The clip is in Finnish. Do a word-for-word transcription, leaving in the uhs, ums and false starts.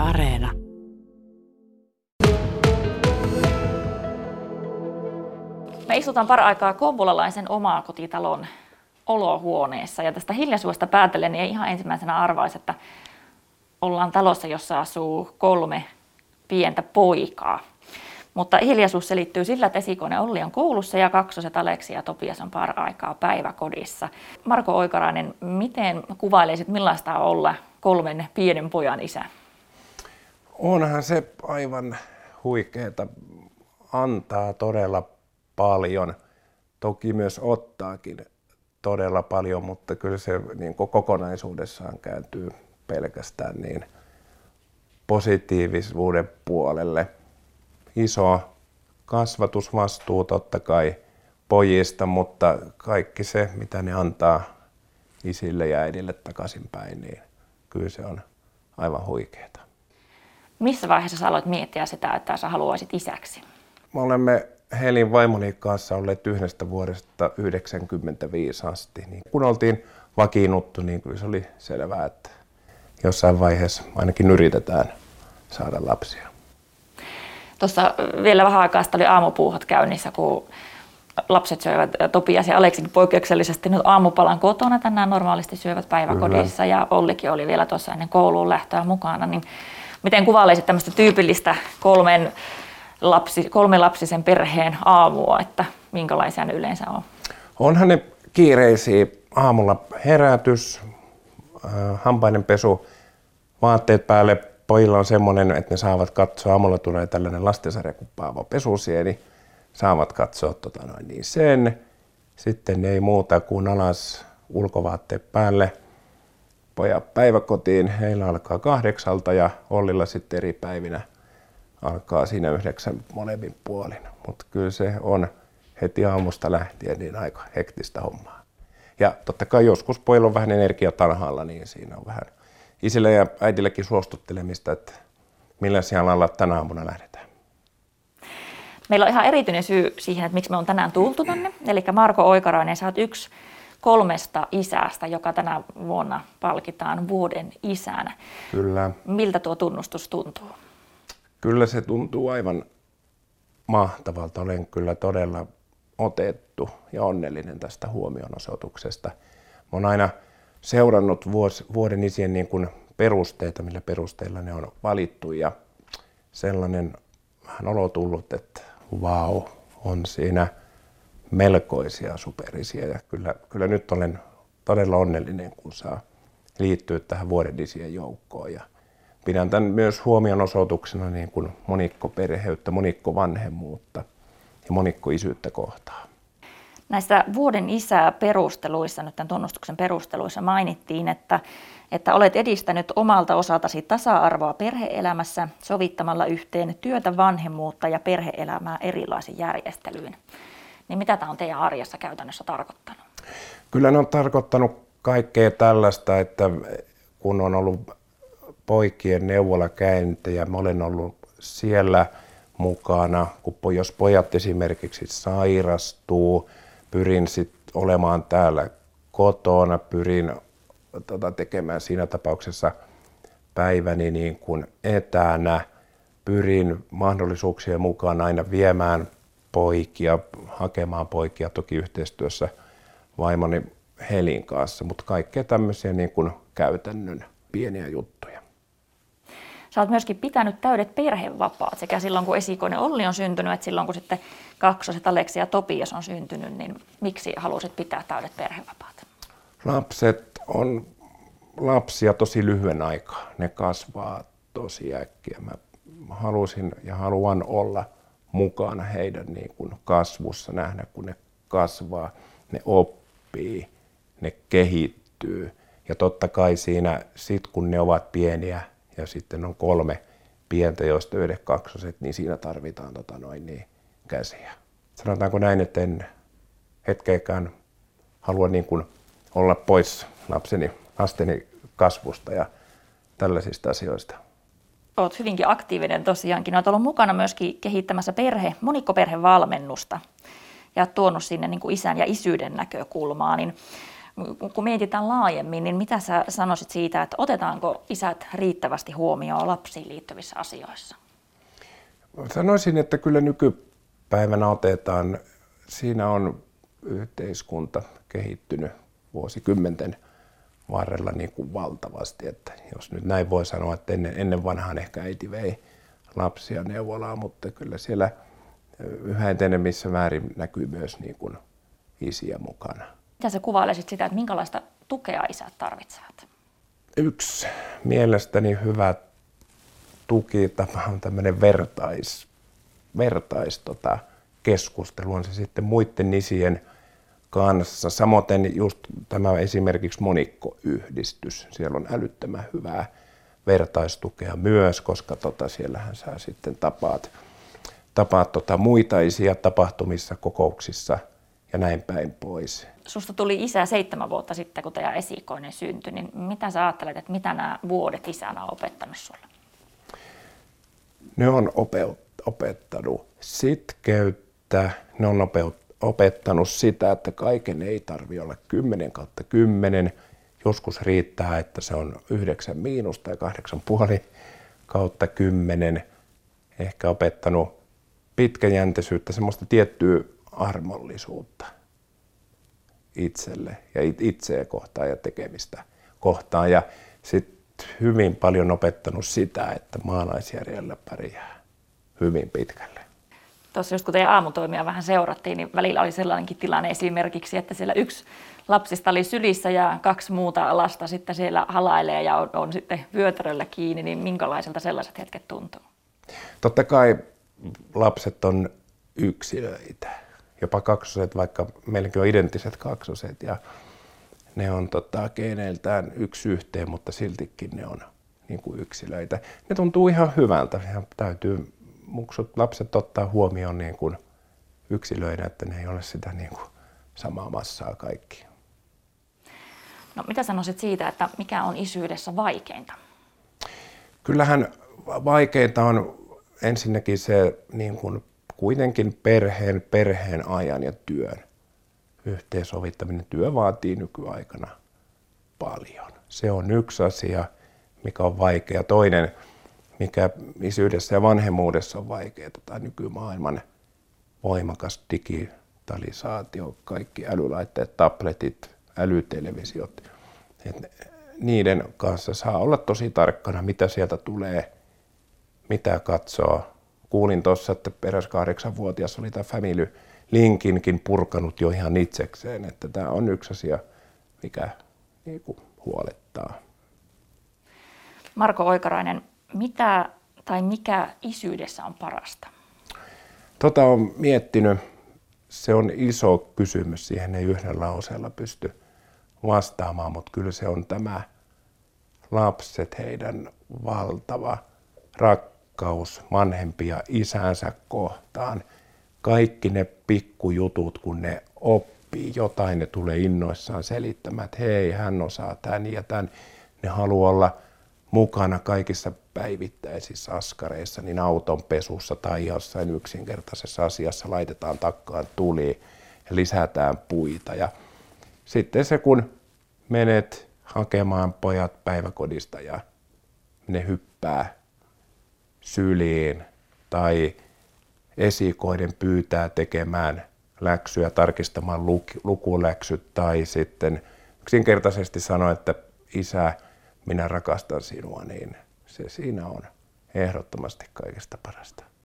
Areena. Me istutaan paraikaa kouvolalaisen omakotitalon olohuoneessa ja tästä hiljaisuudesta päätellen niin ihan ensimmäisenä arvaisi, että ollaan talossa, jossa asuu kolme pientä poikaa. Mutta hiljaisuus selittyy sillä, että esikoinen Olli on koulussa ja kaksoset Aleksi ja Topias on paraikaa päiväkodissa. Marko Oikarainen, miten kuvailisit, millaista on olla kolmen pienen pojan isä? Onhan se aivan huikeeta. Antaa todella paljon. Toki myös ottaakin todella paljon, mutta kyllä se niin kokonaisuudessaan kääntyy pelkästään niin positiivisuuden puolelle. Iso kasvatusvastuu totta kai pojista, mutta kaikki se, mitä ne antaa isille ja äidille takaisinpäin, niin kyllä se on aivan huikeeta. Missä vaiheessa sä aloit miettiä sitä, että sä haluaisit isäksi? Me olemme Helin vaimoni kanssa olleet yhdestä vuodesta yhdeksänkymmentäviisi asti. Niin kun oltiin vakiinnuttu, niin kyllä se oli selvää, että jossain vaiheessa ainakin yritetään saada lapsia. Tuossa vielä vähän aikaa sitten oli aamupuuhot käynnissä, kun lapset syövät, Topias ja Aleksikin poikkeuksellisesti nyt aamupalan kotona, tänään normaalisti syövät päiväkodissa. Kyllä. Ja Ollikin oli vielä tuossa ennen kouluun lähtöä mukana. Niin miten kuvailisit tämmöistä tyypillistä kolmen lapsi, kolmelapsisen perheen aamua, että minkälaisia ne yleensä on? Onhan ne kiireisiä. Aamulla herätys, äh, hampaiden pesu, vaatteet päälle. Pojilla on semmoinen, että ne saavat katsoa, aamulla tulee tällainen lastensarja kuin Paavo Pesusieni, saavat katsoa tota noin niin sen. Sitten ei muuta kuin alas ulkovaatteet päälle. Pojat päiväkotiin, heillä alkaa kahdeksalta ja Ollilla sitten eri päivinä alkaa siinä yhdeksän molemmin puolin. Mutta kyllä se on heti aamusta lähtien niin aika hektistä hommaa. Ja totta kai joskus pojilla on vähän energia tarhaalla, niin siinä on vähän isille ja äidillekin suostuttelemista, että millä siellä alla tänä aamuna lähdetään. Meillä on ihan erityinen syy siihen, että miksi me on tänään tultu tänne. Eli Marko Oikarainen, sä oot yksi kolmesta isästä, joka tänä vuonna palkitaan vuoden isänä. Kyllä. Miltä tuo tunnustus tuntuu? Kyllä se tuntuu aivan mahtavalta. Olen kyllä todella otettu ja onnellinen tästä huomionosoituksesta. Mä oon aina seurannut vuos, vuoden isien niin kuin perusteita, millä perusteilla ne on valittu ja sellainen vähän olo tullut, että vau, on siinä melkoisia superisiä ja kyllä, kyllä nyt olen todella onnellinen, kun saa liittyä tähän vuoden isien joukkoon ja pidän tämän myös huomionosoituksena niin kuin monikkoperheyttä, monikko-vanhemmuutta ja monikko-isyyttä kohtaan. Näissä vuoden isä perusteluissa, nyt tämän tunnustuksen perusteluissa mainittiin, että, että olet edistänyt omalta osaltasi tasa-arvoa perhe-elämässä sovittamalla yhteen työtä, vanhemmuutta ja perhe-elämää erilaisin järjestelyin. Niin mitä tämä on teidän arjessa käytännössä tarkoittanut? Kyllä ne on tarkoittanut kaikkea tällaista, että kun on ollut poikien neuvolakäyntejä, mä olen ollut siellä mukana, kun jos pojat esimerkiksi sairastuu, pyrin sitten olemaan täällä kotona, pyrin tota, tekemään siinä tapauksessa päiväni niin kuin etänä, pyrin mahdollisuuksien mukaan aina viemään poikia, hakemaan poikia toki yhteistyössä vaimoni Helin kanssa, mutta kaikkea tämmöisiä niin kuin käytännön pieniä juttuja. Sä oot myöskin pitänyt täydet perhevapaat sekä silloin, kun esikoinen Olli on syntynyt, että silloin, kun sitten kaksoset Aleksi ja Topias on syntynyt, niin miksi halusit pitää täydet perhevapaat? Lapset on lapsia tosi lyhyen aikaa. Ne kasvaa tosi äkkiä. Mä halusin ja haluan olla mukana heidän niin kuin kasvussa, nähdä kun ne kasvaa, ne oppii, ne kehittyy. Ja totta kai siinä, sit kun ne ovat pieniä, ja sitten on kolme pientä, joista yhdet kaksoset, niin siinä tarvitaan tota noin niin käsiä. Sanotaanko näin, että en hetkeäkään halua niin kuin olla pois lapseni, lasteni kasvusta ja tällaisista asioista. Olet hyvinkin aktiivinen tosiaankin. Olet ollut mukana myöskin kehittämässä perhe, monikkoperhevalmennusta ja tuonut sinne niin kuin isän ja isyyden näkökulmaa. Niin Kun mietitään laajemmin, niin mitä sä sanoisit siitä, että otetaanko isät riittävästi huomioon lapsiin liittyvissä asioissa? Sanoisin, että kyllä nykypäivänä otetaan. Siinä on yhteiskunta kehittynyt vuosikymmenten varrella niin kuin valtavasti. Että jos nyt näin voi sanoa, että ennen, ennen vanhaan ehkä äiti vei lapsia neuvolaan, mutta kyllä siellä yhä etenemissä määrin näkyy myös niin kuin isiä mukana. Mitä sä kuvailisit sitä, että minkälaista tukea isät tarvitsevat? Yksi mielestäni hyvä tukitapa on tämmöinen vertais, vertais tota, keskustelu, on se sitten muiden isien kanssa. Samoin just tämä esimerkiksi monikkoyhdistys, siellä on älyttömän hyvää vertaistukea myös, koska tota, siellähän sä sitten tapaat, tapaat tota, muita isiä tapahtumissa, kokouksissa ja näin päin pois. Susta tuli isä seitsemän vuotta sitten, kun teidän esikoinen syntyi, niin mitä sä ajattelet, että mitä nämä vuodet isänä on opettanut sulle? Ne on opettanut sitkeyttä, ne on opettanut sitä, että kaiken ei tarvitse olla kymmenen kautta kymmenen. Joskus riittää, että se on yhdeksän miinus tai kahdeksan puoli kautta kymmenen. Ehkä opettanut pitkäjänteisyyttä, semmoista tiettyä armollisuutta itselle ja itseä kohtaan ja tekemistä kohtaan. Ja sitten hyvin paljon opettanut sitä, että maalaisjärjellä pärjää hyvin pitkälle. Tuossa just kun teidän aamutoimia vähän seurattiin, niin välillä oli sellainenkin tilanne esimerkiksi, että siellä yksi lapsista oli sylissä ja kaksi muuta lasta sitten siellä halailee ja on, on sitten vyötäröllä kiinni, niin minkälaiselta sellaiset hetket tuntuu? Totta kai lapset on yksilöitä, jopa kaksoset, vaikka meilläkin on identtiset kaksoset ja ne on tota, geeneiltään yksi yhteen, mutta siltikin ne on niin kuin yksilöitä. Ne tuntuu ihan hyvältä ja täytyy muksut, lapset ottaa huomioon niin kuin yksilöinä, että ne ei ole sitä niin kuin samaa massaa kaikki. No mitä sanoisit siitä, että mikä on isyydessä vaikeinta? Kyllähän vaikeinta on ensinnäkin se niin kuin kuitenkin perheen, perheen ajan ja työn yhteensovittaminen. Työ vaatii nykyaikana paljon. Se on yksi asia, mikä on vaikea. Toinen, mikä isyydessä ja vanhemmuudessa on vaikeaa, tai nykymaailman voimakas digitalisaatio, kaikki älylaitteet, tabletit, älytelevisiot. Et niiden kanssa saa olla tosi tarkkana, mitä sieltä tulee, mitä katsoo. Kuulin tuossa, että peräs kahdeksanvuotias oli tämä Family Linkinkin purkanut jo ihan itsekseen, että tämä on yksi asia, mikä niin kuin huolettaa. Marko Oikarainen, mitä tai mikä isyydessä on parasta? Tota on miettinyt, se on iso kysymys, siihen ei yhdellä lauseella pysty vastaamaan, mutta kyllä se on tämä lapset, heidän valtava rakkaus vanhempia isänsä kohtaan. Kaikki ne pikkujutut, kun ne oppii jotain, ne tulee innoissaan selittämään, että hei, hän osaa tämän ja tämän. Ne haluaa olla mukana kaikissa päivittäisissä askareissa, niin auton pesussa tai jossain yksinkertaisessa asiassa laitetaan takkaan tuli ja lisätään puita. Ja sitten se, kun menet hakemaan pojat päiväkodista ja ne hyppää syliin tai esikoiden pyytää tekemään läksyä, tarkistamaan luk- lukuläksyt tai sitten yksinkertaisesti sanoo, että isä, minä rakastan sinua, niin se siinä on ehdottomasti kaikesta parasta.